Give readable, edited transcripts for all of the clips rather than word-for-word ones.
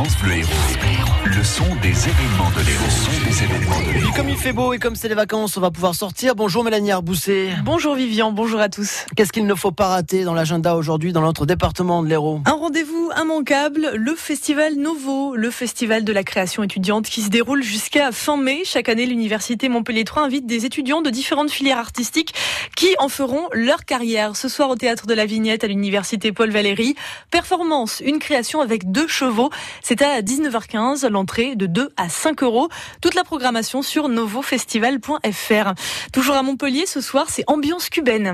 France Bleu Héros. Le son des événements de l'Héros. Et comme il fait beau et comme c'est les vacances, on va pouvoir sortir. Bonjour Mélanie Arbousset. Bonjour Vivian, bonjour à tous. Qu'est-ce qu'il ne faut pas rater dans l'agenda aujourd'hui dans notre département de l'Hérault? Un rendez-vous immanquable, le Festival Novo, le festival de la création étudiante qui se déroule jusqu'à fin mai. Chaque année, l'Université Montpellier 3 invite des étudiants de différentes filières artistiques qui en feront leur carrière. Ce soir au Théâtre de la Vignette à l'Université Paul Valéry, performance, une création avec 2 chevaux. C'est à 19h15, l'entrée de 2 à 5 €. Toute la programmation sur novofestival.fr. Toujours à Montpellier, ce soir, c'est ambiance cubaine.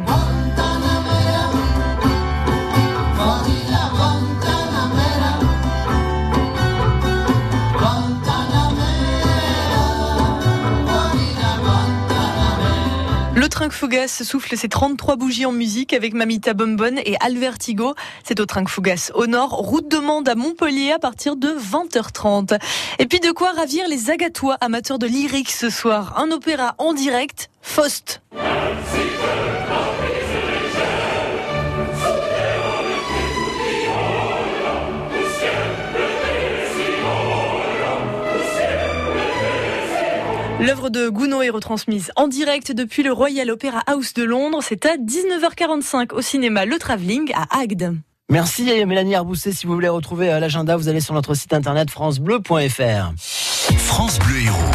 Le Trinque Fougasse souffle ses 33 bougies en musique avec Mamita Bonbonne et Alvertigo. C'est au Trinque Fougasse au nord, route de Mende à Montpellier à partir de 20h30. Et puis de quoi ravir les Agatois, amateurs de lyrique ce soir. Un opéra en direct, Faust. L'œuvre de Gounod est retransmise en direct depuis le Royal Opera House de Londres. C'est à 19h45 au cinéma Le Travelling à Agde. Merci Mélanie Arbousset. Si vous voulez retrouver l'agenda, vous allez sur notre site internet francebleu.fr. France Bleu Héros.